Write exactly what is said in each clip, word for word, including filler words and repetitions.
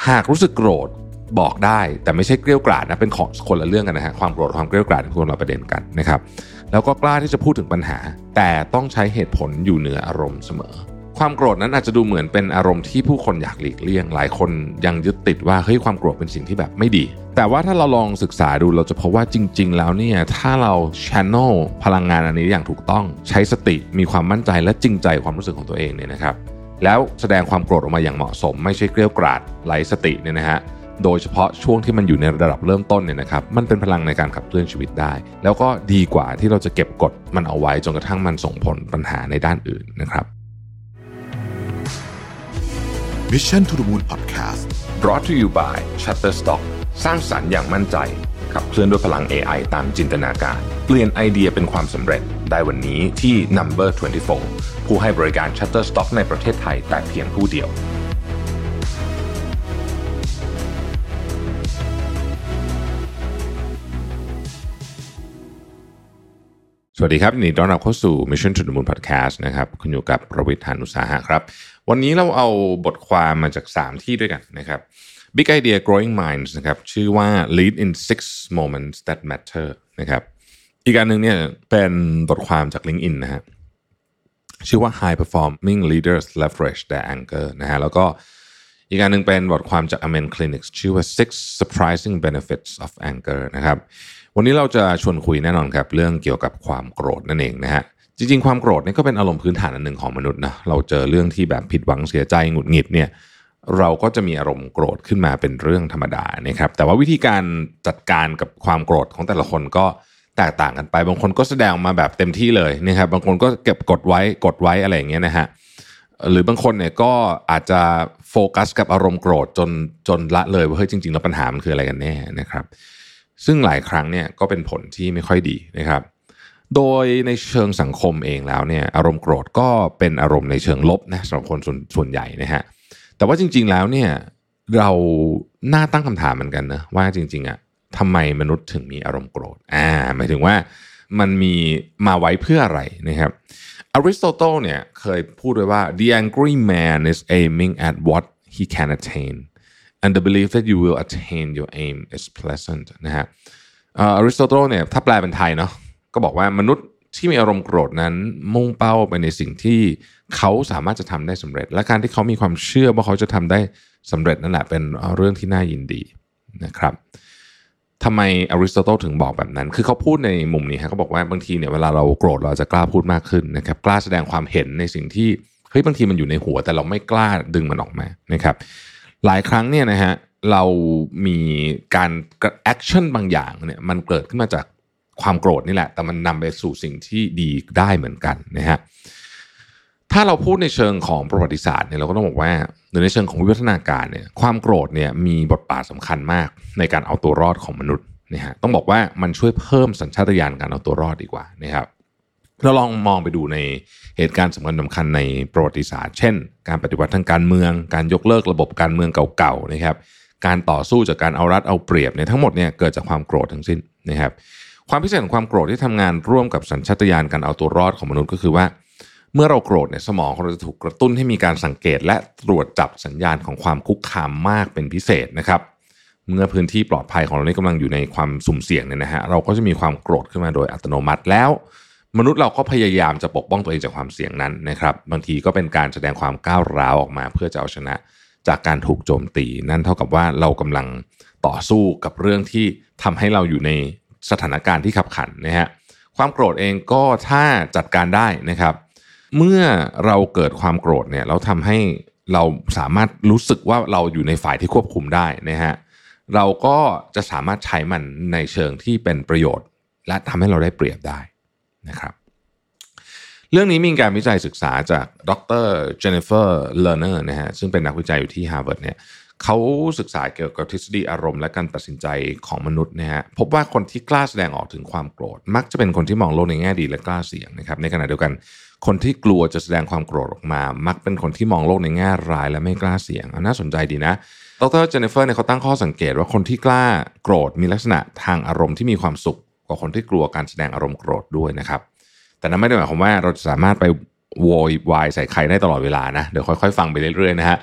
หากรู้สึกโกรธบอกได้แต่ไม่ใช่เกรี้ยวกราดนะเป็นของคนละเรื่องกันนะฮะความโกรธความเกรี้ยวกราดเป็นคนละประเด็นกันนะครับแล้วก็กล้าที่จะพูดถึงปัญหาแต่ต้องใช้เหตุผลอยู่เหนืออารมณ์เสมอความโกรธนั้นอาจจะดูเหมือนเป็นอารมณ์ที่ผู้คนอยากหลีกเลี่ยงหลายคนยังยึดติดว่าเฮ้ยความโกรธเป็นสิ่งที่แบบไม่ดีแต่ว่าถ้าเราลองศึกษาดูเราจะพบว่าจริงๆแล้วเนี่ยถ้าเรา channel พลังงานอันนี้อย่างถูกต้องใช้สติมีความมั่นใจและจริงใจความรู้สึกของตัวเองเนี่ยนะครับแล้วแสดงความโกรธออกมาอย่างเหมาะสมไม่ใช่เกรี้ยวกราดไร้สติเนี่ยนะฮะโดยเฉพาะช่วงที่มันอยู่ในระดับเริ่มต้นเนี่ยนะครับมันเป็นพลังในการขับเคลื่อนชีวิตได้แล้วก็ดีกว่าที่เราจะเก็บกดมันเอาไว้จนกระทั่งมันส่งผลปัญหาในด้านอื่นนะครับ Mission to the Moon Podcast brought to you by Shutterstock สร้างสรรค์อย่างมั่นใจขับเคลื่อนด้วยพลัง เอ ไอ ตามจินตนาการเปลี่ยนไอเดียเป็นความสำเร็จได้วันนี้ที่ Number ยี่สิบสี่ ผู้ให้บริการ Shutterstock ในประเทศไทยแต่เพียงผู้เดียวสวัสดีครับยินดีต้อนรับเข้าสู่ Mission to the Moon Podcast นะครับคุณอยู่กับประวิทย์ หาญอุตสาหะครับวันนี้เราเอาบทความมาจากสามที่ด้วยกันนะครับ Big Idea Growing Minds นะครับชื่อว่า Lead in Six Moments That Matter นะครับอีกอันนึงเนี่ยเป็นบทความจาก LinkedIn นะฮะชื่อว่า High Performing Leaders Leverage Their Anger นะฮะแล้วก็อีกอันนึงเป็นบทความจาก Amen Clinics ชื่อว่า Six Surprising Benefits of Anger นะครับวันนี้เราจะชวนคุยแน่นอนครับเรื่องเกี่ยวกับความโกรธนั่นเองนะฮะจริงๆความโกรธนี่ก็เป็นอารมณ์พื้นฐานอันหนึ่งของมนุษย์นะเราเจอเรื่องที่แบบผิดหวังเสียใจหงุดหงิดเนี่ยเราก็จะมีอารมณ์โกรธขึ้นมาเป็นเรื่องธรรมดานะครับแต่ว่าวิธีการจัดการกับความโกรธของแต่ละคนก็แตกต่างกันไปบางคนก็แสดงมาแบบเต็มที่เลยนะครับบางคนก็เก็บกดไว้กดไว้อะไรอย่างเงี้ยนะฮะหรือบางคนเนี่ยก็อาจจะโฟกัสกับอารมณ์โกรธจนจนละเลยว่าเฮ้ยจริงๆแล้วปัญหามันคืออะไรกันแน่นะครับซึ่งหลายครั้งเนี่ยก็เป็นผลที่ไม่ค่อยดีนะครับโดยในเชิงสังคมเองแล้วเนี่ยอารมณ์โกรธก็เป็นอารมณ์ในเชิงลบนะสำหรับคนส่วนส่วนใหญ่นะฮะแต่ว่าจริงๆแล้วเนี่ยเราน่าตั้งคำถามเหมือนกันนะว่าจริงๆอ่ะทำไมมนุษย์ถึงมีอารมณ์โกรธอ่าหมายถึงว่ามันมีมาไว้เพื่ออะไรนะครับอริสโตเติลเนี่ยเคยพูดไว้ว่า the angry man is aiming at what he can attain and the belief that you will attain your aim is pleasant นะฮะอริสโตเติลเนี่ยถ้าแปลเป็นไทยเนาะก็บอกว่ามนุษย์ที่มีอารมณ์โกรธนั้นมุ่งเป้าไปในสิ่งที่เขาสามารถจะทำได้สำเร็จและการที่เขามีความเชื่อว่าเขาจะทำได้สำเร็จนั่นแหละเป็นเรื่องที่น่ายินดีนะครับทำไมอริสโตเติลถึงบอกแบบนั้นคือเขาพูดในมุมนี้ฮะเขาบอกว่าบางทีเนี่ยเวลาเราโกรธเราจะกล้าพูดมากขึ้นนะครับกล้าแสดงความเห็นในสิ่งที่เฮ้ยบางทีมันอยู่ในหัวแต่เราไม่กล้าดึงมันออกมานะครับหลายครั้งเนี่ยนะฮะเรามีการแอคชั่นบางอย่างเนี่ยมันเกิดขึ้นมาจากความโกรธนี่แหละแต่มันนำไปสู่สิ่งที่ดีได้เหมือนกันนะฮะถ้าเราพูดในเชิงของประวัติศาสตร์เนี่ยเราก็ต้องบอกว่าหรือในเชิงของวิวัฒนาการเนี่ยความโกรธเนี่ยมีบทบาทสำคัญมากในการเอาตัวรอดของมนุษย์นะฮะต้องบอกว่ามันช่วยเพิ่มสัญชาตญาณการเอาตัวรอดดีกว่านะครับเราลองมองไปดูในเหตุการณ์สำคัญสำคัญในประวัติศาสตร์เช่นการปฏิวัติทางการเมืองการยกเลิกระบบการเมืองเก่าๆนะครับการต่อสู้จากการเอารัดเอาเปรียบเนี่ยทั้งหมดเนี่ยเกิดจากความโกรธทั้งสิ้นนะครับความพิเศษของความโกรธที่ทำงานร่วมกับสัญชาตญาณการเอาตัวรอดของมนุษย์ก็คือว่าเมื่อเราโกรธเนี่ยสมองของเราจะถูกกระตุ้นให้มีการสังเกตและตรวจจับสัญญาณของความคุกคามมากเป็นพิเศษนะครับเมื่อพื้นที่ปลอดภัยของเรานี้กำลังอยู่ในความสุ่มเสี่ยงเนี่ยนะฮะเราก็จะมีความโกรธขึ้นมาโดยอัตโนมัติแล้วมนุษย์เราก็พยายามจะปกป้องตัวเองจากความเสี่ยงนั้นนะครับบางทีก็เป็นการแสดงความก้าวร้าวออกมาเพื่อจะเอาชนะจากการถูกโจมตีนั่นเท่ากับว่าเรากำลังต่อสู้กับเรื่องที่ทำให้เราอยู่ในสถานการณ์ที่ขับขันนะฮะความโกรธเองก็ถ้าจัดการได้นะครับเมื่อเราเกิดความโกรธเนี่ยเราทำให้เราสามารถรู้สึกว่าเราอยู่ในฝ่ายที่ควบคุมได้นะฮะเราก็จะสามารถใช้มันในเชิงที่เป็นประโยชน์และทำให้เราได้เปรียบได้นะครับเรื่องนี้มีการวิจัยศึกษาจากดรเจนนิเฟอร์เลอร์เนอร์นะฮะซึ่งเป็นนักวิจัยอยู่ที่ Harvard เนี่ยเขาศึกษาเกี่ยวกับทฤษฎีอารมณ์และการตัดสินใจของมนุษย์นะฮะพบว่าคนที่กล้าแสดงออกถึงความโกรธมักจะเป็นคนที่มองโลกในแง่ดีและกล้าเสี่ยงนะครับในขณะเดียวกันคนที่กลัวจะแสดงความโกรธออกมามักเป็นคนที่มองโลกในแง่ร้ายและไม่กล้าเสี่ยงน่าสนใจดีนะดรเจนนิเฟอร์เนี่ยเขาตั้งข้อสังเกตว่าคนที่กล้าโกรธมีลักษณะทางอารมณ์ที่มีความสุขกว่าคนที่กลัวการแสดงอารมณ์โกรธด้วยนะครับแต่นั้นไม่ได้หมายความว่าเราจะสามารถไปโวยวายใส่ใครได้ตลอดเวลานะเดี๋ยวค่อยๆฟังไปเรื่อยๆนะฮะ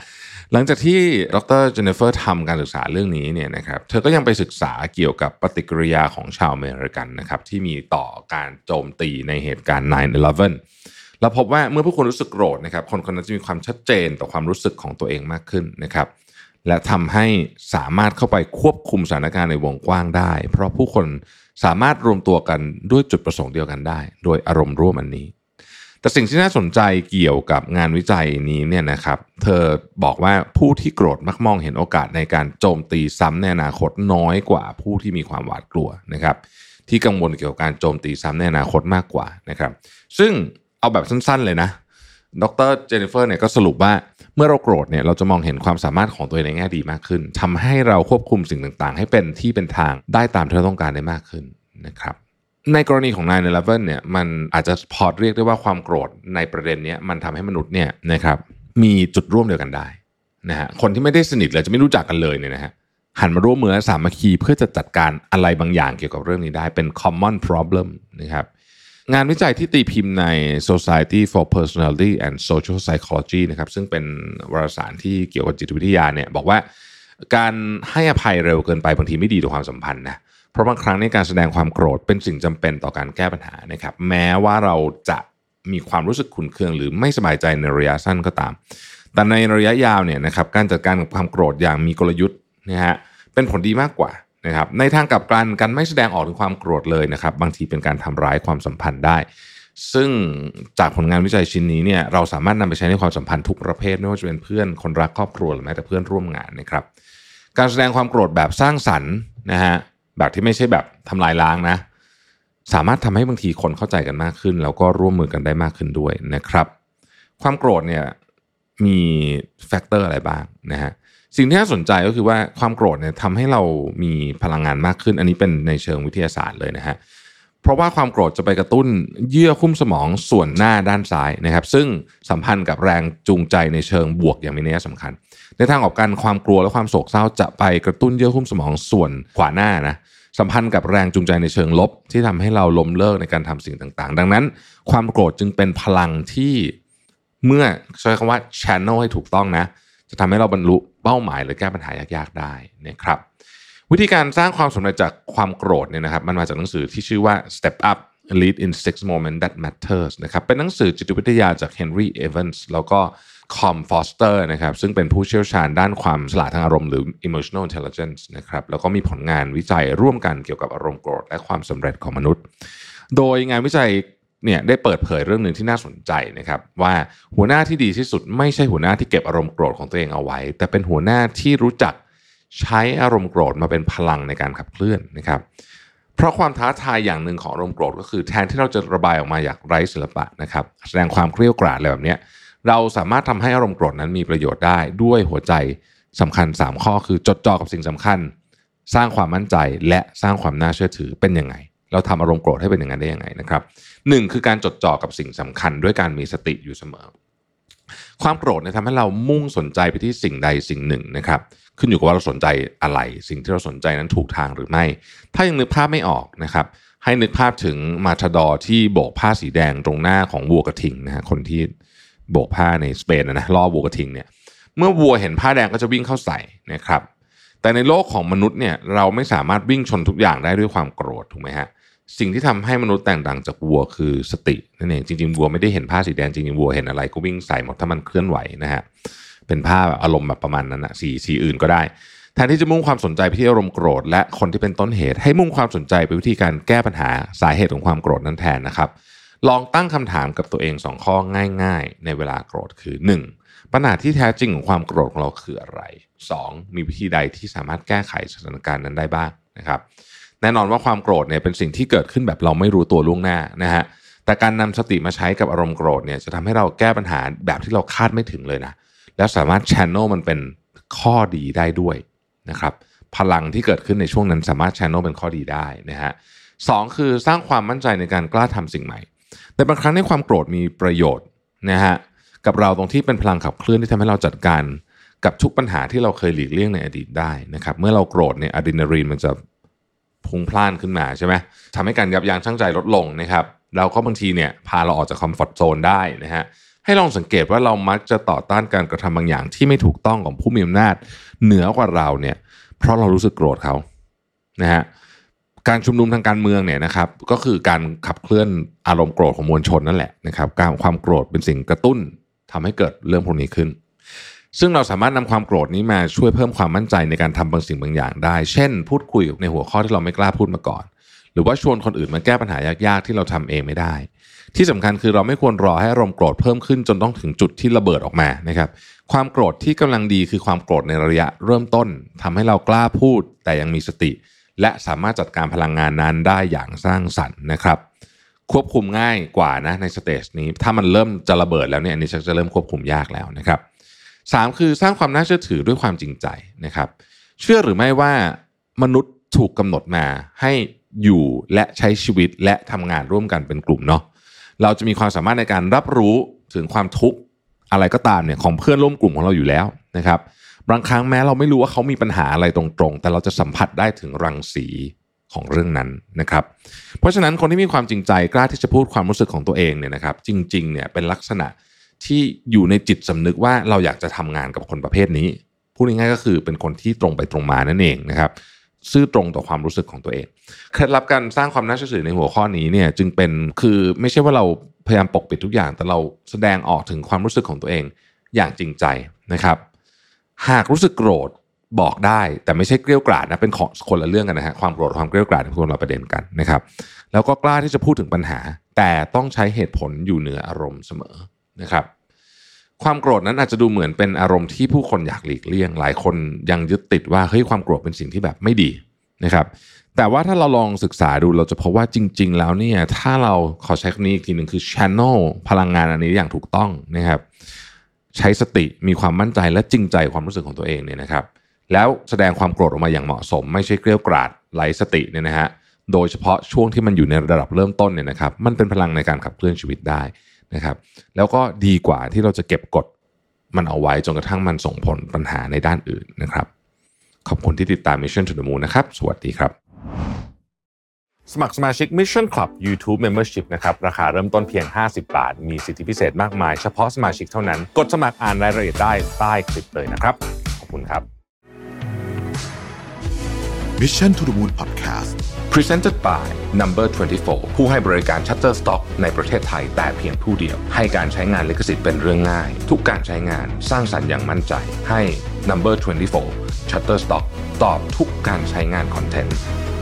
หลังจากที่ดรเจนนิเฟอร์ทำการศึกษาเรื่องนี้เนี่ยนะครับเธอก็ยังไปศึกษาเกี่ยวกับปฏิกิริยาของชาวอเมริกันนะครับที่มีต่อการโจมตีในเหตุการณ์ ไนน์ อีเลฟเว่น เราพบว่าเมื่อผู้คนรู้สึกโกรธนะครับคนคนนั้นจะมีความชัดเจนต่อความรู้สึกของตัวเองมากขึ้นนะครับและทำให้สามารถเข้าไปควบคุมสถานการณ์ในวงกว้างได้เพราะผู้คนสามารถรวมตัวกันด้วยจุดประสงค์เดียวกันได้โดยอารมณ์ร่วมอันนี้แต่สิ่งที่น่าสนใจเกี่ยวกับงานวิจัยนี้เนี่ยนะครับเธอบอกว่าผู้ที่โกรธมักมองเห็นโอกาสในการโจมตีซ้ำในอนาคตน้อยกว่าผู้ที่มีความหวาดกลัวนะครับที่กังวลเกี่ยวกับการโจมตีซ้ำในอนาคตมากกว่านะครับซึ่งเอาแบบสั้นๆเลยนะดรเจนนิเฟอร์เนี่ยก็สรุปว่าเมื่อเราโกรธเนี่ยเราจะมองเห็นความสามารถของตัวเองในแง่ดีมากขึ้นทำให้เราควบคุมสิ่งต่างๆให้เป็นที่เป็นทางได้ตามที่เราต้องการได้มากขึ้นนะครับในกรณีของ ไนน์ อีเลฟเว่น เนี่ยมันอาจจะพอเรียกได้ว่าความโกรธในประเด็นนี้มันทำให้มนุษย์เนี่ยนะครับมีจุดร่วมเดียวกันได้นะฮะคนที่ไม่ได้สนิทเลยจะไม่รู้จักกันเลยเนี่ยนะฮะหันมาร่วมมือและสามัคคีเพื่อจะจัดการอะไรบางอย่างเกี่ยวกับเรื่องนี้ได้เป็น common problem นะครับงานวิจัยที่ตีพิมพ์ใน Society for Personality and Social Psychology นะครับซึ่งเป็นวารสารที่เกี่ยวกับจิตวิทยาเนี่ยบอกว่าการให้อภัยเร็วเกินไปบางทีไม่ดีต่อความสัมพันธ์นะเพราะบางครั้งในการแสดงความโกรธเป็นสิ่งจำเป็นต่อการแก้ปัญหานะครับแม้ว่าเราจะมีความรู้สึกขุ่นเคืองหรือไม่สบายใจในระยะสั้นก็ตามแต่ในระยะยาวเนี่ยนะครับการจัดการกับความโกรธอย่างมีกลยุทธ์นะฮะเป็นผลดีมากกว่านะครับในทางกลับกันการไม่แสดงออกถึงความโกรธเลยนะครับบางทีเป็นการทำร้ายความสัมพันธ์ได้ซึ่งจากผลงานวิจัยชิ้นนี้เนี่ยเราสามารถนำไปใช้ในความสัมพันธ์ทุกประเภทไม่ว่าจะเป็นเพื่อนคนรักครอบครัวหรือแม้แต่เพื่อนร่วมงานนะครับการแสดงความโกรธแบบสร้างสรรค์นะฮะแบบที่ไม่ใช่แบบทำลายล้างนะสามารถทำให้บางทีคนเข้าใจกันมากขึ้นแล้วก็ร่วมมือกันได้มากขึ้นด้วยนะครับความโกรธเนี่ยมีแฟกเตอร์อะไรบ้างนะฮะสิ่งที่น่าสนใจก็คือว่าความโกรธเนี่ยทำให้เรามีพลังงานมากขึ้นอันนี้เป็นในเชิงวิทยาศาสตร์เลยนะฮะเพราะว่าความโกรธจะไปกระตุ้นเยื่อหุ้มสมองส่วนหน้าด้านซ้ายนะครับซึ่งสัมพันธ์กับแรงจูงใจในเชิงบวกอย่างมีนัยสำคัญในทางออกกันความกลัวและความโศกเศร้าจะไปกระตุ้นเยื่อหุ้มสมองส่วนขวาหน้านะสัมพันธ์กับแรงจูงใจในเชิงลบที่ทำให้เราล้มเลิกในการทำสิ่งต่างๆดังนั้นความโกรธจึงเป็นพลังที่เมื่อใช้คำว่า channel ให้ถูกต้องนะจะทำให้เราบรรลุเป้าหมายหรือแก้ปัญหายากๆได้นะครับวิธีการสร้างความสำเร็จจากความโกรธเนี่ยนะครับมันมาจากหนังสือที่ชื่อว่า Step Up Lead in Six Moments That Matters นะครับเป็นหนังสือจิตวิทยาจาก Henry Evans แล้วก็คอมฟอสเตอร์นะครับซึ่งเป็นผู้เชี่ยวชาญด้านความฉลาดทางอารมณ์หรือ emotional intelligence นะครับแล้วก็มีผลงานวิจัยร่วมกันเกี่ยวกับอารมณ์โกรธและความสำเร็จของมนุษย์โดยงานวิจัยเนี่ยได้เปิดเผยเรื่องหนึ่งที่น่าสนใจนะครับว่าหัวหน้าที่ดีที่สุดไม่ใช่หัวหน้าที่เก็บอารมณ์โกรธของตัวเองเอาไว้แต่เป็นหัวหน้าที่รู้จักใช้อารมณ์โกรธมาเป็นพลังในการขับเคลื่อนนะครับเพราะความท้าทายอย่างหนึ่งของอารมณ์โกรธก็คือแทนที่เราจะระบายออกมาอย่างไร้ศิลปะนะครับแสดงความเกรี้ยวกราดอะไรแบบนี้เราสามารถทำให้อารมณ์โกรธนั้นมีประโยชน์ได้ด้วยหัวใจสำคัญสามข้อคือจดจ่อกับสิ่งสำคัญสร้างความมั่นใจและสร้างความน่าเชื่อถือเป็นยังไงเราทำอารมณ์โกรธให้เป็นอย่างนั้นได้ยังไงนะครับหนึ่งคือการจดจ่อกับสิ่งสำคัญด้วยการมีสติอยู่เสมอความโกรธเนี่ยทำให้เรามุ่งสนใจไปที่สิ่งใดสิ่งหนึ่งนะครับขึ้นอยู่กับว่าเราสนใจอะไรสิ่งที่เราสนใจนั้นถูกทางหรือไม่ถ้ายังนึกภาพไม่ออกนะครับให้นึกภาพถึงมาทาดอร์ที่โบกผ้าสีแดงตรงหน้าของวัวกระทิงนะฮะคนที่โบกผ้าในสเปนนะนะล่อวัวกระทิงเนี่ยเมื่อวัวเห็นผ้าแดงก็จะวิ่งเข้าใส่นะครับแต่ในโลกของมนุษย์เนี่ยเราไม่สามารถวิ่งชนทุกอย่างได้ด้วยความโกรธถูกไหมฮะสิ่งที่ทำให้มนุษย์แตกต่างจากวัวคือสตินั่นเองจริงๆวัวไม่ได้เห็นผ้าสีแดงจริงๆวัวเห็นอะไรก็วิ่งใส่หมดถ้ามันเคลื่อนไหวนะฮะเป็นผ้าแบบอารมณ์แบบประมาณนั้นนะสีสีอื่นก็ได้แทนที่จะมุ่งความสนใจไปที่อารมณ์โกรธและคนที่เป็นต้นเหตุให้มุ่งความสนใจไปวิธีการแก้ปัญหาสาเหตุของความโกรธนั้นแทนนะครับลองตั้งคำถามกับตัวเองสองข้อง่ายๆในเวลาโกรธคือหนึ่งปัญหาที่แท้จริงของความโกรธของเราคืออะไรสองมีวิธีใดที่สามารถแก้ไขสถานการณ์นั้นได้บ้างนะครับแน่นอนว่าความโกรธเนี่ยเป็นสิ่งที่เกิดขึ้นแบบเราไม่รู้ตัวล่วงหน้านะฮะแต่การนำสติมาใช้กับอารมณ์โกรธเนี่ยจะทำให้เราแก้ปัญหาแบบที่เราคาดไม่ถึงเลยนะแล้วสามารถ channel มันเป็นข้อดีได้ด้วยนะครับพลังที่เกิดขึ้นในช่วงนั้นสามารถ channel เป็นข้อดีได้นะฮะสองคือสร้างความมั่นใจในการกล้าทำสิ่งใหม่แต่บางครั้งในความโกรธมีประโยชน์นะฮะกับเราตรงที่เป็นพลังขับเคลื่อนที่ทำให้เราจัดการกับทุกปัญหาที่เราเคยหลีกเลี่ยงในอดีตได้นะครับเมื่อเราโกรธเนี่ยอะดรีนาลีนมันจะพุ่งพล่านขึ้นมาใช่ไหมทำให้การยับยั้งชั่งใจลดลงนะครับเราก็บางทีเนี่ยพาเราออกจากคอมฟอร์ตโซนได้นะฮะให้ลองสังเกตว่าเรามักจะต่อต้านการกระทำบางอย่างที่ไม่ถูกต้องของผู้มีอำนาจเหนือกว่าเราเนี่ยเพราะเรารู้สึกโกรธเขานะฮะการชุมนุมทางการเมืองเนี่ยนะครับก็คือการขับเคลื่อนอารมณ์โกรธของมวลชนนั่นแหละนะครับการความโกรธเป็นสิ่งกระตุ้นทำให้เกิดเรื่องพวกนี้ขึ้นซึ่งเราสามารถนำความโกรธนี้มาช่วยเพิ่มความมั่นใจในการทำบางสิ่งบางอย่างได้เช่นพูดคุยในหัวข้อที่เราไม่กล้าพูดมาก่อนหรือว่าชวนคนอื่นมาแก้ปัญหายากๆที่เราทำเองไม่ได้ที่สำคัญคือเราไม่ควรรอให้อารมณ์โกรธเพิ่มขึ้นจนต้องถึงจุดที่ระเบิดออกมานะครับความโกรธที่กำลังดีคือความโกรธในระยะเริ่มต้นทำให้เรากล้าพูดแต่ยังมีสติและสามารถจัดการพลังงานนั้นได้อย่างสร้างสรรค์นะครับควบคุมง่ายกว่านะในสเตจนี้ถ้ามันเริ่มจะระเบิดแล้วเนี่ยอันนี้จะเริ่มควบคุมยากแล้วนะครับสามคือสร้างความน่าเชื่อถือด้วยความจริงใจนะครับเชื่อหรือไม่ว่ามนุษย์ถูกกำหนดมาให้อยู่และใช้ชีวิตและทำงานร่วมกันเป็นกลุ่มเนาะเราจะมีความสามารถในการรับรู้ถึงความทุกข์อะไรก็ตามเนี่ยของเพื่อนร่วมกลุ่มของเราอยู่แล้วนะครับบางครั้งแม้เราไม่รู้ว่าเขามีปัญหาอะไรตรงๆแต่เราจะสัมผัสได้ถึงรังสีของเรื่องนั้นนะครับเพราะฉะนั้นคนที่มีความจริงใจกล้าที่จะพูดความรู้สึกของตัวเองเนี่ยนะครับจริงๆเนี่ยเป็นลักษณะที่อยู่ในจิตสำนึกว่าเราอยากจะทำงานกับคนประเภทนี้พูดง่ายๆก็คือเป็นคนที่ตรงไปตรงมานั่นเองนะครับซื่อตรงต่อความรู้สึกของตัวเองเคล็ดลับการสร้างความน่าเชื่อถือในหัวข้อนี้เนี่ยจึงเป็นคือไม่ใช่ว่าเราพยายามปกปิดทุกอย่างแต่เราแสดงออกถึงความรู้สึกของตัวเองอย่างจริงใจนะครับหากรู้สึกโกรธบอกได้แต่ไม่ใช่เกรี้ยวกราดนะเป็นคนละเรื่องกันนะฮะความโกรธความเกรี้ยวกราดเป็นคนละประเด็นกันนะครับแล้วก็กล้าที่จะพูดถึงปัญหาแต่ต้องใช้เหตุผลอยู่เหนืออารมณ์เสมอนะครับความโกรธนั้นอาจจะดูเหมือนเป็นอารมณ์ที่ผู้คนอยากหลีกเลี่ยงหลายคนยังยึดติดว่าเฮ้ยความโกรธเป็นสิ่งที่แบบไม่ดีนะครับแต่ว่าถ้าเราลองศึกษาดูเราจะพบว่าจริงๆแล้วเนี่ยถ้าเราขอใช้คำนี้อีกทีหนึ่งคือ channel พลังงานอันนี้อย่างถูกต้องนะครับใช้สติมีความมั่นใจและจริงใจความรู้สึกของตัวเองเนี่ยนะครับแล้วแสดงความโกรธออกมาอย่างเหมาะสมไม่ใช่เกรี้ยวกราดไร้สติเนี่ยนะฮะโดยเฉพาะช่วงที่มันอยู่ในระดับเริ่มต้นเนี่ยนะครับมันเป็นพลังในการขับเคลื่อนชีวิตได้นะครับแล้วก็ดีกว่าที่เราจะเก็บกดมันเอาไว้จนกระทั่งมันส่งผลปัญหาในด้านอื่นนะครับขอบคุณที่ติดตาม Mission to the Moon นะครับสวัสดีครับสมัครสมาชิก Mission Club YouTube Membership นะครับราคาเริ่มต้นเพียงห้าสิบบาทมีสิทธิพิเศษมากมายเฉพาะสมาชิกเท่านั้นกดสมัครอ่านรายละเอียดได้ใต้คลิปเลยนะครับขอบคุณครับ Mission to the Moon Podcast Presented by Number ยี่สิบสี่ ผู้ให้บริการ Shutterstock ในประเทศไทยแต่เพียงผู้เดียวให้การใช้งานลิขสิทธิ์เป็นเรื่องง่ายทุกการใช้งานสร้างสรรค์อย่างมั่นใจให้ Number ยี่สิบสี่ Shutterstock ตอบทุกการใช้งานคอนเทนต์